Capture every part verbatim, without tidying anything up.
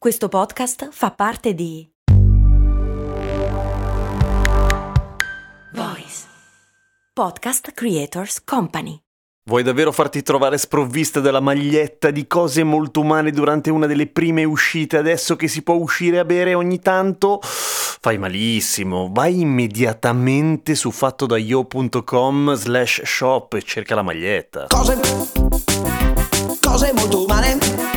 Questo podcast fa parte di Voice Podcast Creators Company. Vuoi davvero farti trovare sprovvista della maglietta di cose molto umane durante una delle prime uscite adesso che si può uscire a bere ogni tanto? Fai malissimo, vai immediatamente su fattodaio.com slash shop e cerca la maglietta. Cose, cose molto umane,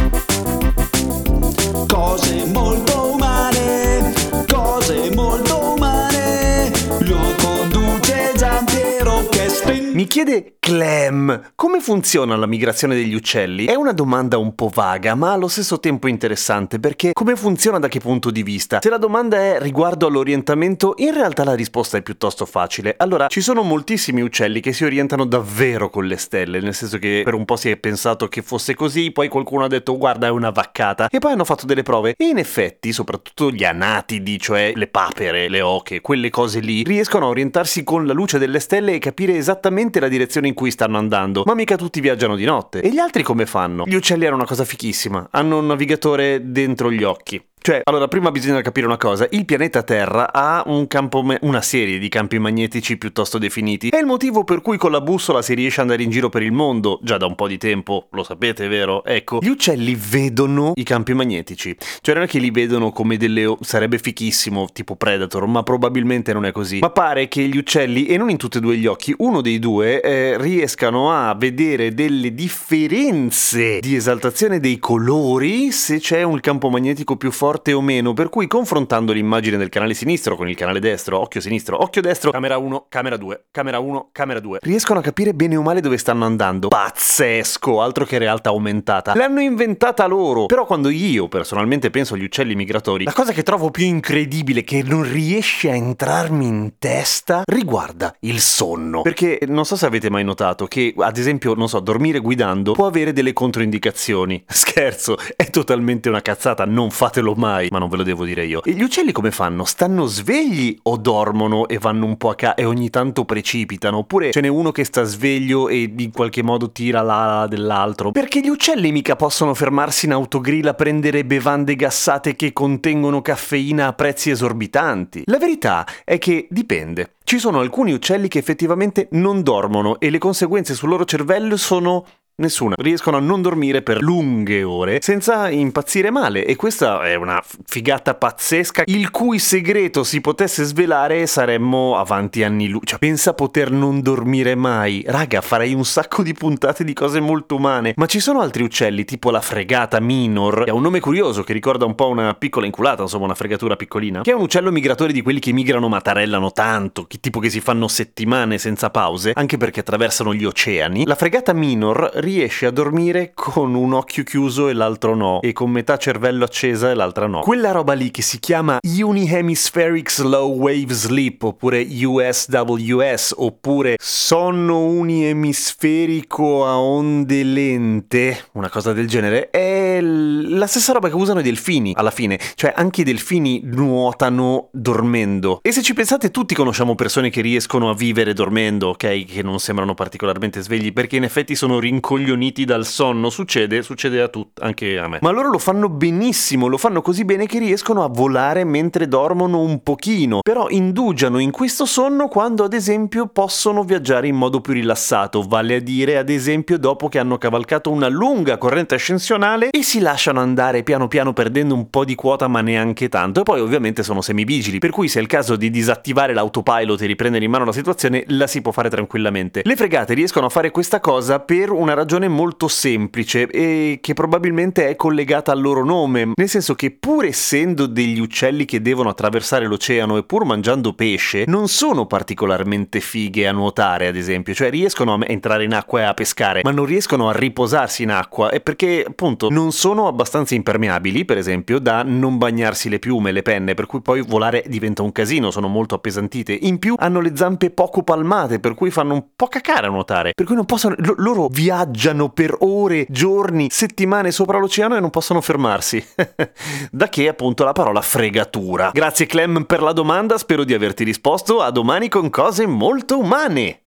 cose molto umane, cose molto umane, lo conduce Giampiero Kesten. Mi chiede Clem, come funziona la migrazione degli uccelli? È una domanda un po' vaga, ma allo stesso tempo interessante, perché come funziona da che punto di vista? Se la domanda è riguardo all'orientamento, in realtà la risposta è piuttosto facile. Allora, ci sono moltissimi uccelli che si orientano davvero con le stelle, nel senso che per un po' si è pensato che fosse così, poi qualcuno ha detto guarda è una vaccata, e poi hanno fatto delle prove, e in effetti, soprattutto gli anatidi, cioè le papere, le oche, quelle cose lì, riescono a orientarsi con la luce delle stelle e capire esattamente la direzione in cui stanno andando, ma mica tutti viaggiano di notte. E gli altri come fanno? Gli uccelli hanno una cosa fichissima, hanno un navigatore dentro gli occhi. Cioè, allora, prima bisogna capire una cosa. Il pianeta Terra ha un campo ma- una serie di campi magnetici piuttosto definiti. È il motivo per cui con la bussola si riesce ad andare in giro per il mondo, già da un po' di tempo, lo sapete, vero? Ecco, gli uccelli vedono i campi magnetici. Cioè, non è che li vedono come delle... O- sarebbe fichissimo, tipo Predator, ma probabilmente non è così. Ma pare che gli uccelli, e non in tutti e due gli occhi, uno dei due, eh, riescano a vedere delle differenze di esaltazione dei colori se c'è un campo magnetico più forte o meno, per cui confrontando l'immagine del canale sinistro con il canale destro, occhio sinistro, occhio destro, camera uno, camera due, camera uno, camera due, riescono a capire bene o male dove stanno andando. Pazzesco, altro che realtà aumentata. L'hanno inventata loro. Però quando io personalmente penso agli uccelli migratori, la cosa che trovo più incredibile, che non riesce a entrarmi in testa, riguarda il sonno. Perché non so se avete mai notato che, ad esempio, non so, dormire guidando può avere delle controindicazioni. Scherzo, è totalmente una cazzata, non fatelo mai. Ma non ve lo devo dire io. E gli uccelli come fanno? Stanno svegli o dormono e vanno un po' a ca... e ogni tanto precipitano? Oppure ce n'è uno che sta sveglio e in qualche modo tira l'ala dell'altro? Perché gli uccelli mica possono fermarsi in autogrill a prendere bevande gassate che contengono caffeina a prezzi esorbitanti. La verità è che dipende. Ci sono alcuni uccelli che effettivamente non dormono e le conseguenze sul loro cervello sono... nessuna. Riescono a non dormire per lunghe ore senza impazzire male, e questa è una figata pazzesca il cui segreto si potesse svelare saremmo avanti anni luce. Cioè, pensa a poter non dormire mai. Raga, farei un sacco di puntate di cose molto umane. Ma ci sono altri uccelli, tipo la fregata minor, che ha un nome curioso che ricorda un po' una piccola inculata, insomma una fregatura piccolina, che è un uccello migratore di quelli che migrano ma tarellano tanto, che tipo che si fanno settimane senza pause, anche perché attraversano gli oceani. La fregata minor riesce a dormire con un occhio chiuso e l'altro no, e con metà cervello accesa e l'altra no. Quella roba lì che si chiama Unihemispheric Slow Wave Sleep, oppure U S W S, oppure sonno uniemisferico a onde lente, una cosa del genere, è la stessa roba che usano i delfini alla fine. Cioè anche i delfini nuotano dormendo. E se ci pensate, tutti conosciamo persone che riescono a vivere dormendo, ok? Che non sembrano particolarmente svegli, perché in effetti sono rincoglioniti dal sonno. Succede, succede a tutti, anche a me. Ma loro lo fanno benissimo, lo fanno così bene che riescono a volare mentre dormono un pochino. Però indugiano in questo sonno quando, ad esempio, possono viaggiare in modo più rilassato, vale a dire, ad esempio, dopo che hanno cavalcato una lunga corrente ascensionale e si lasciano andare piano piano perdendo un po' di quota, ma neanche tanto. E poi ovviamente sono semivigili, per cui se è il caso di disattivare l'autopilot e riprendere in mano la situazione, la si può fare tranquillamente. Le fregate riescono a fare questa cosa per una ragione molto semplice e che probabilmente è collegata al loro nome, nel senso che pur essendo degli uccelli che devono attraversare l'oceano e pur mangiando pesce, non sono particolarmente fighe a nuotare, ad esempio. Cioè riescono a entrare in acqua e a pescare, ma non riescono a riposarsi in acqua, e perché appunto non sono abbastanza impermeabili, per esempio, da non bagnarsi le piume, le penne, per cui poi volare diventa un casino, sono molto appesantite. In più hanno le zampe poco palmate, per cui fanno un po' cacare a nuotare, per cui non possono... L- loro viaggiano per ore, giorni, settimane sopra l'oceano e non possono fermarsi. Da che appunto la parola fregatura. Grazie Clem per la domanda, spero di averti risposto. A domani con cose molto umane.